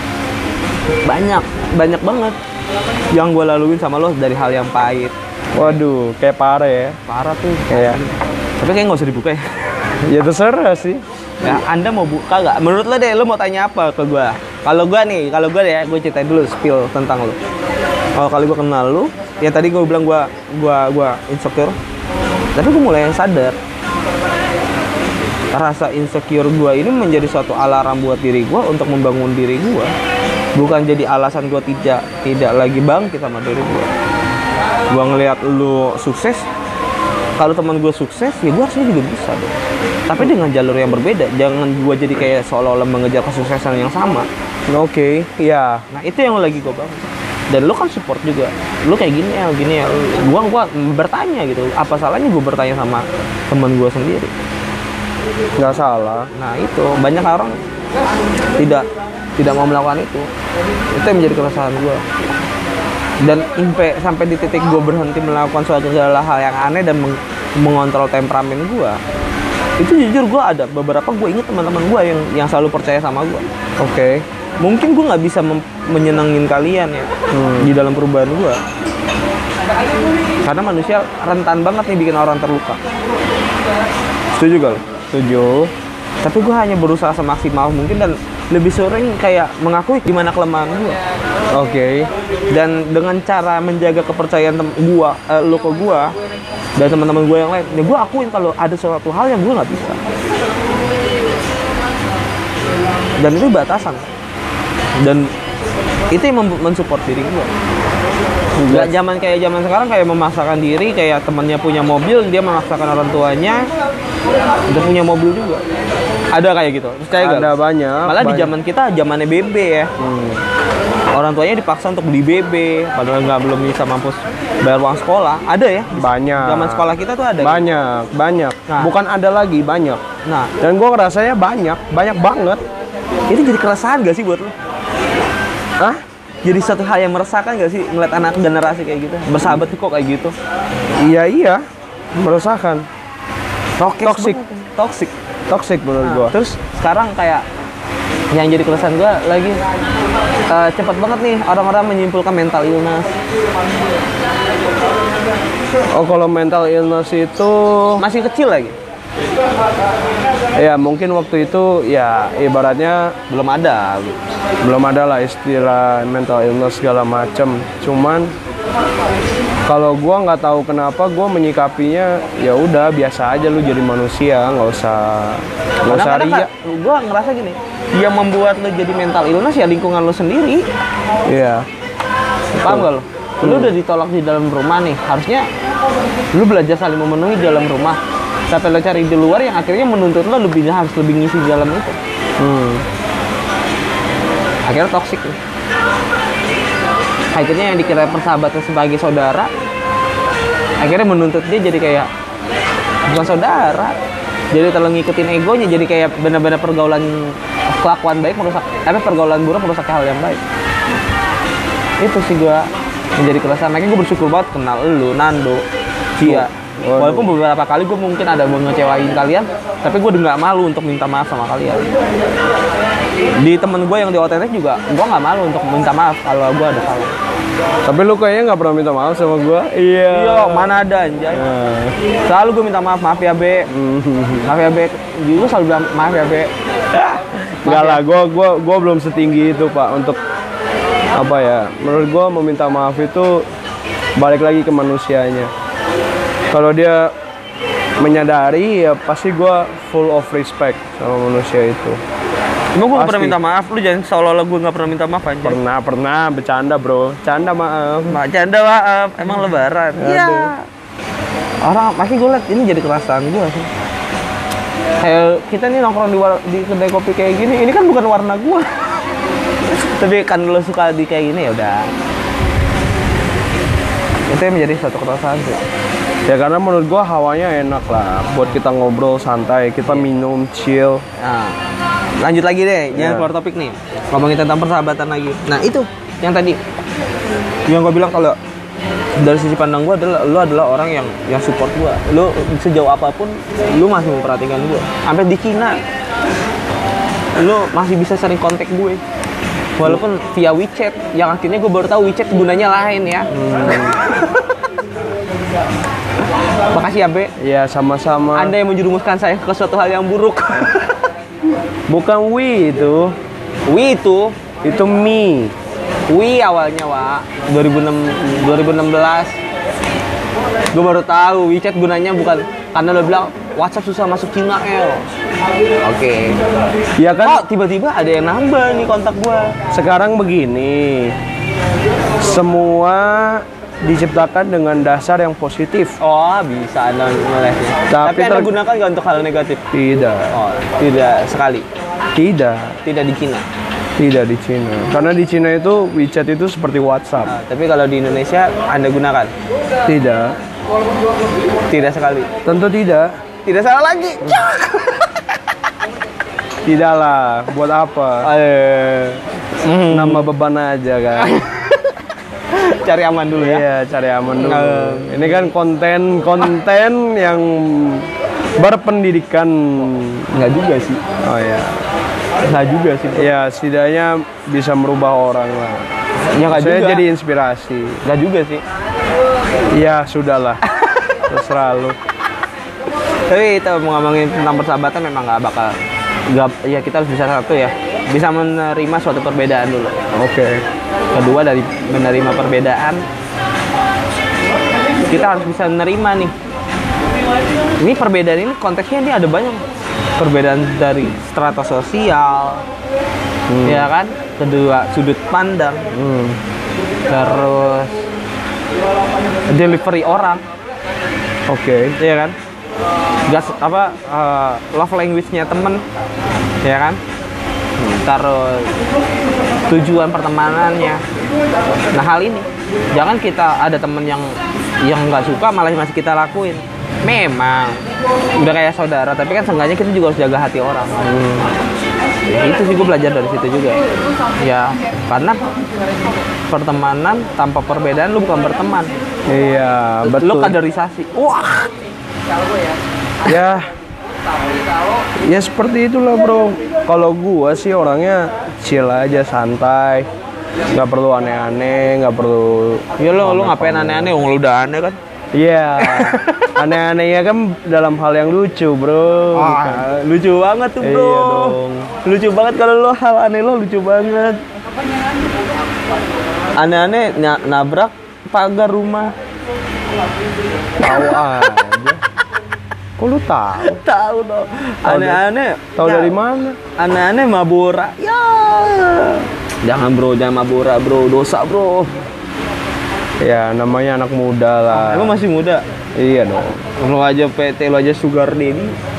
Banyak banget yang gue laluin sama lo dari hal yang pahit. Waduh, kayak parah ya. Parah tuh. Kayak. Tapi kayak nggak usah dibuka ya. Ya terserah sih. Ya, Anda mau buka nggak? Menurut lo deh, lo mau tanya apa ke gue? Kalau gue deh, gue ceritain dulu spill tentang lo. Kalau kali gue kenal lo, ya tadi gue bilang gue insecure. Tapi gue mulai sadar rasa insecure gue ini menjadi suatu alarm buat diri gue untuk membangun diri gue. Bukan jadi alasan gue tidak lagi bangkit sama diri gue. Gue ngelihat lo sukses. Kalau teman gue sukses, ya gue harusnya juga bisa dong. Tapi dengan jalur yang berbeda. Jangan gue jadi kayak seolah-olah mengejar kesuksesan yang sama. Oke, iya. Nah itu yang lagi gue bangun. Dan lo kan support juga. Lo kayak gini ya. Gue bertanya gitu. Apa salahnya gue bertanya sama teman gue sendiri? Nggak salah. Nah itu banyak orang tidak mau melakukan itu. Itu yang menjadi keresahan gue. Dan sampai di titik gue berhenti melakukan suatu hal yang aneh dan mengontrol temperamen gue. Itu jujur gue ada beberapa, gue inget teman-teman gue yang selalu percaya sama gue. Oke. Mungkin gue nggak bisa menyenangin kalian ya di dalam perubahan gue. Karena manusia rentan banget nih bikin orang terluka. Setuju gak lo? Setuju. Tapi gue hanya berusaha semaksimal mungkin dan lebih sering kayak mengakui gimana kelemahan gue. Oke. Dan dengan cara menjaga kepercayaan lo ke gue dan teman-teman gue yang lain, ya gue akuin kalau ada suatu hal yang gue nggak bisa. Dan itu batasan. Dan itu yang mensupport diri gue. Gak zaman sekarang kayak memaksakan diri, kayak temannya punya mobil, dia memaksakan orang tuanya untuk punya mobil juga. Ada kayak gitu. Ada banyak. Malah di zaman kita, zamannya BB ya. Orang tuanya dipaksa untuk beli BB, padahal belum bisa mampu bayar uang sekolah. Ada ya? Banyak. Zaman sekolah kita tuh ada. Banyak. Nah. Bukan ada lagi, banyak. Nah. Dan gue ngerasanya banyak banget. Itu jadi keresahan gak sih buat lo? Hah? Jadi satu hal yang meresahkan gak sih ngeliat anak generasi kayak gitu? Bersahabat kok kayak gitu? Iya. Meresahkan. Toxic menurut gue. Terus sekarang kayak yang jadi keresahan gue lagi cepat banget nih orang-orang menyimpulkan mental illness. Oh, kalau mental illness itu masih kecil lagi. Ya mungkin waktu itu ya ibaratnya belum ada lah istilah mental illness segala macem. Cuman kalau gue nggak tahu kenapa gue menyikapinya ya udah biasa aja, lu jadi manusia, nggak usah riak. Gue ngerasa gini, yang membuat lu jadi mental illness ya lingkungan lu sendiri. Iya. Paham gak lu? Lu udah ditolak di dalam rumah nih, harusnya lu belajar saling memenuhi di dalam rumah. Sampai lo cari di luar yang akhirnya menuntut lo harus lebih ngisi di dalam itu. Akhirnya toksik nih. Akhirnya yang dikira persahabatan sebagai saudara, akhirnya menuntut dia jadi kayak bukan saudara, jadi terlalu ngikutin egonya, jadi kayak benar-benar pergaulan kelakuan baik pergaulan buruk merusak hal yang baik. Itu sih gue menjadi keresahan. Makanya gue bersyukur banget kenal lu, Nando, Cia. Walaupun beberapa kali gue mungkin ada mengecewain kalian, tapi gue udah nggak malu untuk minta maaf sama kalian. Di temen gue yang di OTT juga, gue nggak malu untuk minta maaf kalau gue ada salah. Tapi lu kayaknya nggak pernah minta maaf sama gue. Iya, mana ada anjay. Selalu gue minta maaf ya Be. Maaf ya Be. Gue selalu bilang maaf ya Be. Enggak lah, gua belum setinggi itu Pak untuk apa ya? Menurut gua meminta maaf itu balik lagi ke manusianya. Kalau dia menyadari ya pasti gua full of respect sama manusia itu. Emang gue gak pernah minta maaf, lu jangan seolah-olah gue gak pernah minta maaf aja. Pernah, bercanda bro. Canda maaf. Canda maaf, emang lebaran. Iya. Orang, pasti gue liat ini jadi kerasaan gue sih. Kayak kita nih nongkrong di kedai kopi kayak gini, ini kan bukan warna gue. Tapi kan lo suka di kayak gini ya udah. Itu yang menjadi suatu kerasaan sih. Ya karena menurut gua hawanya enak lah buat kita ngobrol santai, kita minum, chill. Nah, lanjut lagi deh, jangan keluar topik nih. Ngomongin tentang persahabatan lagi. Nah itu, yang tadi yang gua bilang kalau dari sisi pandang gua adalah lu adalah orang yang support gua. Lu sejauh apapun lu masih memperhatikan gua. Sampai di Cina lu masih bisa sering kontak gue. Walaupun via WeChat, yang akhirnya gue baru tahu WeChat gunanya lain ya. Makasih ya, Be. Ya, sama-sama. Anda yang menjerumuskan saya ke suatu hal yang buruk. Bukan Wi itu. Wi itu Mi. Wi awalnya, Wak. 2016. Gue baru tahu WeChat gunanya bukan karena lo bilang WhatsApp susah masuk Cina, Oke. Ya kan? Oh, tiba-tiba ada yang nambah nih kontak gue. Sekarang begini. Semua diciptakan dengan dasar yang positif. Oh, bisa Anda melihatnya. Tapi Anda gunakan nggak untuk hal negatif? Tidak. Oh, tidak sekali. Tidak. Tidak di Cina. Tidak di Cina. Karena di Cina itu WeChat itu seperti WhatsApp. Tapi kalau di Indonesia Anda gunakan? Tidak. Tidak sekali. Tentu tidak. Tidak salah lagi. Tidak lah. Buat apa? Nambah beban aja kan. Cari aman dulu ya. Iya, cari aman dulu. Ini kan konten yang berpendidikan. Enggak juga sih. Oh ya. Enggak juga sih. Ya, setidaknya bisa merubah orang lah. Ya enggak juga. Saya jadi inspirasi. Enggak juga sih. Ya, sudahlah. Terserah lu. Tapi kita mau ngomongin tentang persahabatan memang nggak bakal ya kita harus bisa satu ya, bisa menerima suatu perbedaan dulu. Oke. Kedua, dari menerima perbedaan kita harus bisa menerima nih. Ini perbedaan ini konteksnya ini ada banyak. Perbedaan dari strata sosial, ya kan? Kedua, sudut pandang, terus delivery orang. Oke. Iya kan? Gas love language-nya temen, ya kan? Terus tujuan pertemanannya. Nah, hal ini jangan kita ada temen yang nggak suka malah masih kita lakuin. Memang udah kayak saudara, tapi kan seenggaknya kita juga harus jaga hati orang. Itu sih gue belajar dari situ juga. Ya, karena pertemanan tanpa perbedaan lu bukan berteman. Iya, betul. Lu kaderisasi. Wah. Ya seperti itulah bro. Kalau gua sih orangnya chill aja, santai, nggak perlu aneh-aneh, nggak perlu. Ya lu ngapain aneh-aneh? Lu udah aneh kan? Iya. Aneh-anehnya kan dalam hal yang lucu bro. Lucu banget tuh bro. Iya dong. Lucu banget kalau lo hal aneh lo lucu banget. Aneh-aneh nabrak pagar rumah. Tahu aja. Kok lu tahu? Tahu dong. Aneh-aneh. Tahu dari mana? Aneh-aneh mabora. Ya. Jangan bro, jangan mabora bro, dosa bro. Ya namanya anak muda lah. Emang masih muda? Iya dong. Lu aja PT, lu aja sugar daddy.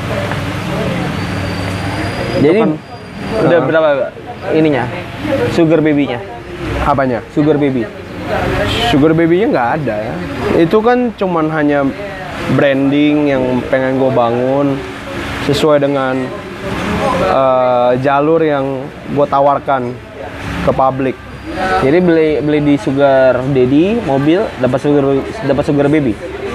Jadi udah berapa ininya? Sugar baby-nya? Apanya? Sugar baby. Sugar baby-nya nggak ada ya. Itu kan cuman hanya branding yang pengen gue bangun sesuai dengan jalur yang gue tawarkan ke publik. Jadi beli di Sugar Daddy mobil dapat sugar baby.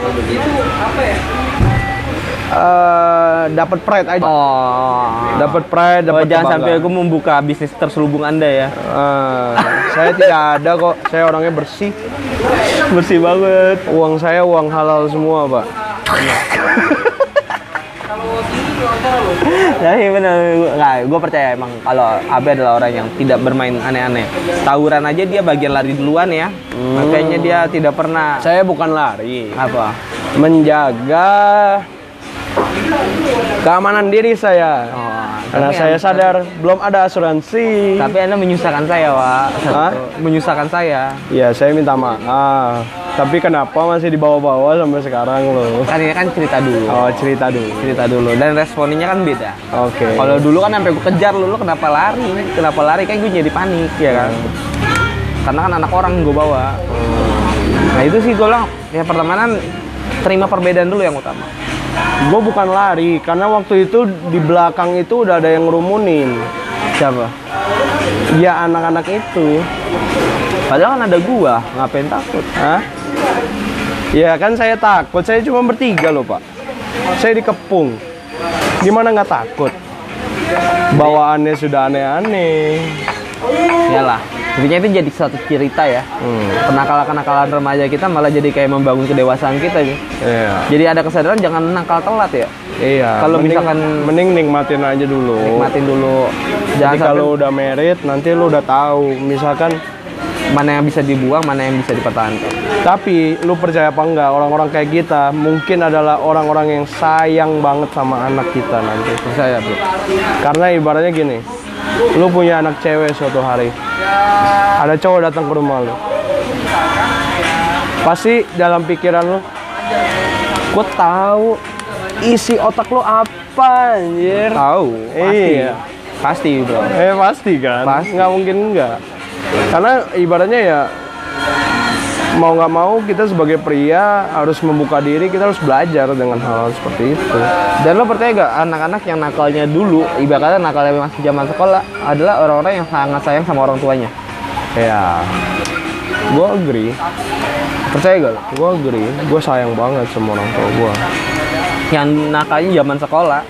Dapat pride aja. Oh. Dapat pride, dapat jangan sampai aku membuka bisnis terselubung Anda ya. Saya tidak ada kok. Saya orangnya bersih. Bersih banget. Uang saya uang halal semua, Pak. Tapi bener, gue percaya emang kalau Abe adalah orang yang tidak bermain aneh-aneh. Tawuran aja dia bagian lari duluan ya. Makanya dia tidak pernah. Saya bukan lari. Apa? Menjaga keamanan diri saya. Karena saya sadar belum ada asuransi. Tapi Anda menyusahkan saya, Wak. Menyusahkan saya. Ya, saya minta maaf. Tapi kenapa masih dibawa-bawa sampai sekarang loh? Kan ini kan cerita dulu. Oh, cerita dulu. Cerita dulu. Dan responnya kan beda. Oke. Kalau dulu kan sampai gue kejar lu kenapa lari? Kenapa lari? Kan gue jadi panik, ya kan? Karena kan anak orang gue bawa. Nah itu sih gue bilang, ya pertemanan terima perbedaan dulu yang utama. Gue bukan lari, karena waktu itu di belakang itu udah ada yang ngerumunin. Siapa? Ya anak-anak itu. Padahal kan ada gua, ngapain takut? Hah? Ya kan saya takut, saya cuma bertiga loh Pak. Saya dikepung. Gimana nggak takut? Bawaannya sudah aneh-aneh. Iyalah, intinya itu jadi suatu cerita ya. Kenakalan-kenakalan remaja kita malah jadi kayak membangun kedewasaan kita nih. Iya. Jadi ada kesadaran jangan nakal telat ya. Iya. Kalau misalkan mending nikmatin aja dulu. Nikmatin dulu. Jadi kalau udah married nanti lu udah tahu, misalkan mana yang bisa dibuang, mana yang bisa dipertahankan. Tapi lu percaya apa enggak, orang-orang kayak kita mungkin adalah orang-orang yang sayang banget sama anak kita nanti. Percaya, Bro. Karena ibaratnya gini, lu punya anak cewek suatu hari, ada cowok datang ke rumah lu, pasti dalam pikiran lu, gue tahu isi otak lu apa, anjir. Tahu, pasti. Iya. Pasti, Bro. Pasti kan? Pasti. Nggak mungkin enggak. Karena ibaratnya ya, mau nggak mau kita sebagai pria harus membuka diri, kita harus belajar dengan hal seperti itu. Dan lo percaya gak anak-anak yang nakalnya dulu, ibaratnya nakalnya masih zaman sekolah, adalah orang-orang yang sangat sayang sama orang tuanya? Ya, gue agree. Percaya gak lo? Gue agree. Gue sayang banget sama orang tua gue. Yang nakalnya zaman sekolah,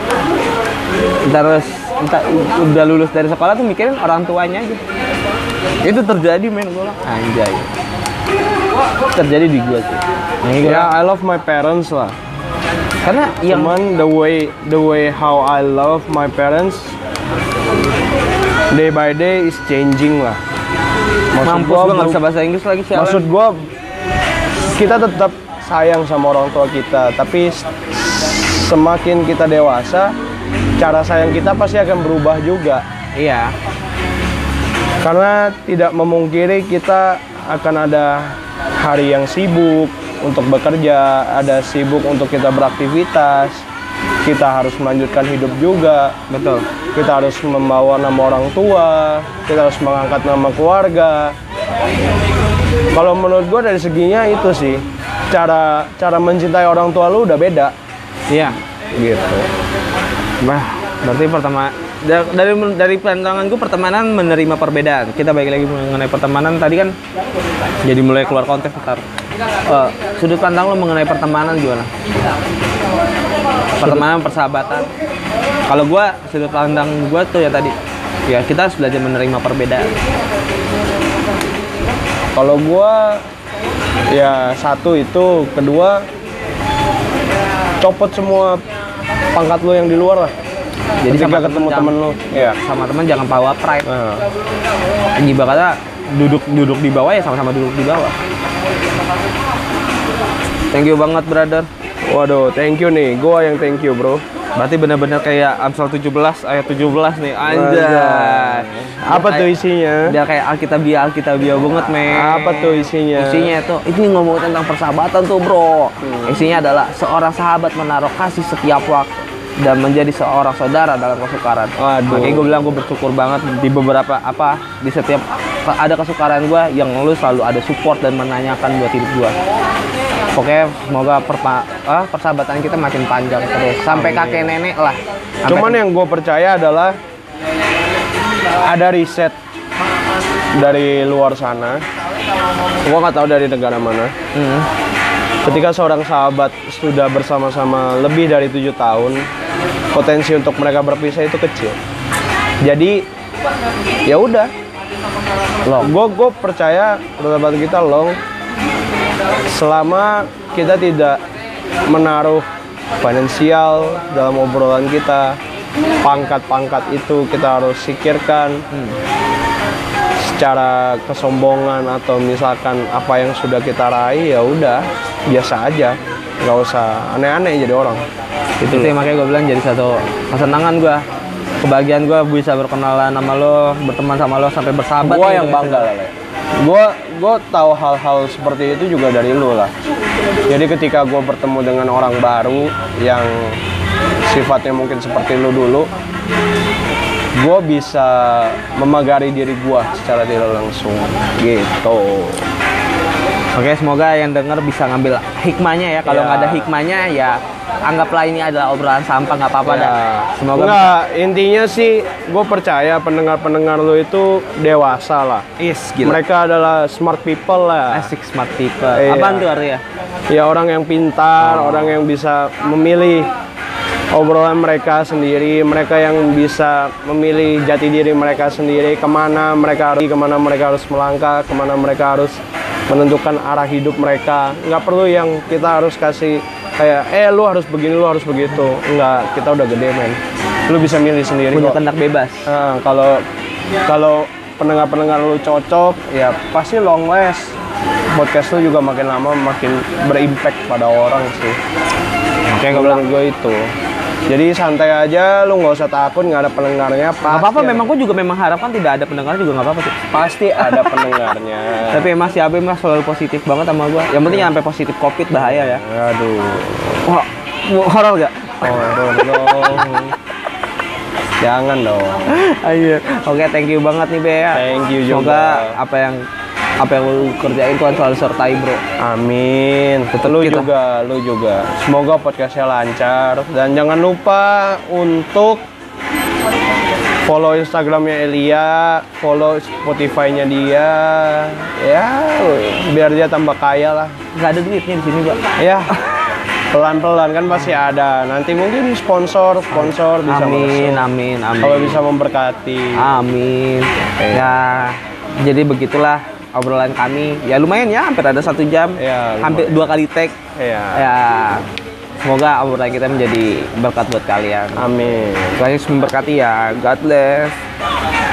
terus udah lulus dari sekolah tuh mikirin orang tuanya aja. Itu terjadi, men, gue bilang. Anjay. Terjadi di gue sih. Ya, I love my parents lah. Karena yang cuman the way how I love my parents day by day is changing lah. mampus gue nggak bisa bahasa Inggris lagi sih. Maksud gue kita tetap sayang sama orang tua kita, tapi semakin kita dewasa, cara sayang kita pasti akan berubah juga. Iya. Karena tidak memungkiri kita akan ada hari yang sibuk untuk bekerja, ada sibuk untuk kita beraktivitas, kita harus melanjutkan hidup juga. Betul. Kita harus membawa nama orang tua, kita harus mengangkat nama keluarga. Kalau menurut gue dari seginya itu sih, cara mencintai orang tua lu udah beda. Iya. Gitu. Nah, berarti pertama dari pandangan gue pertemanan menerima perbedaan. Kita balik lagi mengenai pertemanan tadi kan jadi mulai keluar konteks ntar. Sudut pandang lo mengenai pertemanan gimana? Pertemanan, persahabatan. Kalau gue sudut pandang gue tuh ya tadi, ya kita harus belajar menerima perbedaan. Kalau gue ya satu itu, kedua copot semua pangkat lo yang di luar lah. Jadi ketika ketemu temen lo, ya sama temen jangan bawa pride. Jiba kata duduk di bawah ya sama-sama duduk di bawah. Thank you banget, brother. Waduh, thank you nih. Gua yang thank you, bro. Berarti benar-benar kayak Amsal 17 ayat 17 nih. Anjay. Apa tuh isinya? Dia kayak Alkitabiah banget, men. Apa tuh isinya? Isinya itu ngomong tentang persahabatan tuh, bro. Isinya adalah seorang sahabat menaruh kasih setiap waktu dan menjadi seorang saudara dalam kesukaran. Makanya gue bilang gue bersyukur banget di beberapa di setiap ada kesukaran gue yang lu selalu ada support dan menanyakan buat hidup gue. Pokoknya semoga persahabatan kita makin panjang terus sampai kakek nenek lah. Cuman yang gue percaya adalah ada riset dari luar sana. Gue nggak tahu dari negara mana. Ketika seorang sahabat sudah bersama-sama lebih dari 7 tahun, potensi untuk mereka berpisah itu kecil. Jadi ya udah. Gue percaya persahabatan kita long selama kita tidak menaruh finansial dalam obrolan kita. Pangkat-pangkat itu kita harus sikirkan. Secara kesombongan atau misalkan apa yang sudah kita raih, ya udah biasa aja, nggak usah aneh-aneh jadi orang. Itu yang makanya gue bilang jadi satu kesenangan gue, kebahagiaan gue bisa berkenalan sama lo, berteman sama lo sampai bersahabat. Gue yang bangga lah. Gue tahu hal-hal seperti itu juga dari lo lah. Jadi ketika gue bertemu dengan orang baru yang sifatnya mungkin seperti lo dulu, gue bisa memagari diri gue secara tidak langsung gitu. Oke, semoga yang denger bisa ngambil hikmahnya ya. Kalau nggak ada hikmahnya ya anggaplah ini adalah obrolan sampah, nggak apa-apa dah. Semoga nggak, intinya sih gue percaya pendengar-pendengar lo itu dewasa lah. Gila. Mereka adalah smart people lah. Asik, smart people. Apaan tuh artinya? Ya orang yang pintar, orang yang bisa memilih obrolan mereka sendiri, mereka yang bisa memilih jati diri mereka sendiri, kemana mereka harus melangkah, kemana mereka harus menentukan arah hidup mereka. Nggak perlu yang kita harus kasih kayak, lu harus begini, lu harus begitu. Nggak, kita udah gede men. Lu bisa milih sendiri. Punya kehendak bebas. Kalau pendengar-pendengar lu cocok, ya pasti long last. Podcast lu juga makin lama makin berimpact pada orang sih. Oke, gue bilang gue itu. Jadi santai aja, lu nggak usah takut nggak ada pendengarnya. Gak apa-apa, memang gue juga memang harapkan tidak ada pendengar juga nggak apa-apa sih. Pasti ada pendengarnya. Tapi emang si Abe mah selalu positif banget sama gue. Yang penting sampai positif COVID bahaya ya. Aduh. Wah, horor gak? Horor dong. Jangan dong. Ayo. Oke, thank you banget nih Be ya. Thank you juga. Semoga apa yang lu kerjain Tuhan selalu sertai bro. Amin. Lu juga. Semoga podcastnya lancar dan jangan lupa untuk follow Instagramnya Elia, follow Spotify-nya dia, ya biar dia tambah kaya lah. Gak ada duitnya di sini Pak. Ya. Pelan-pelan kan pasti ada. Nanti mungkin sponsor bisa amin. Kalau bisa memberkati. Amin. Ya, jadi begitulah obrolan kami. Ya lumayan ya, hampir ada 1 jam. Ya, hampir 2 kali tag. Ya. Semoga obrolan kita menjadi berkat buat kalian. Amin. Tuhan Yesus memberkati ya. God bless.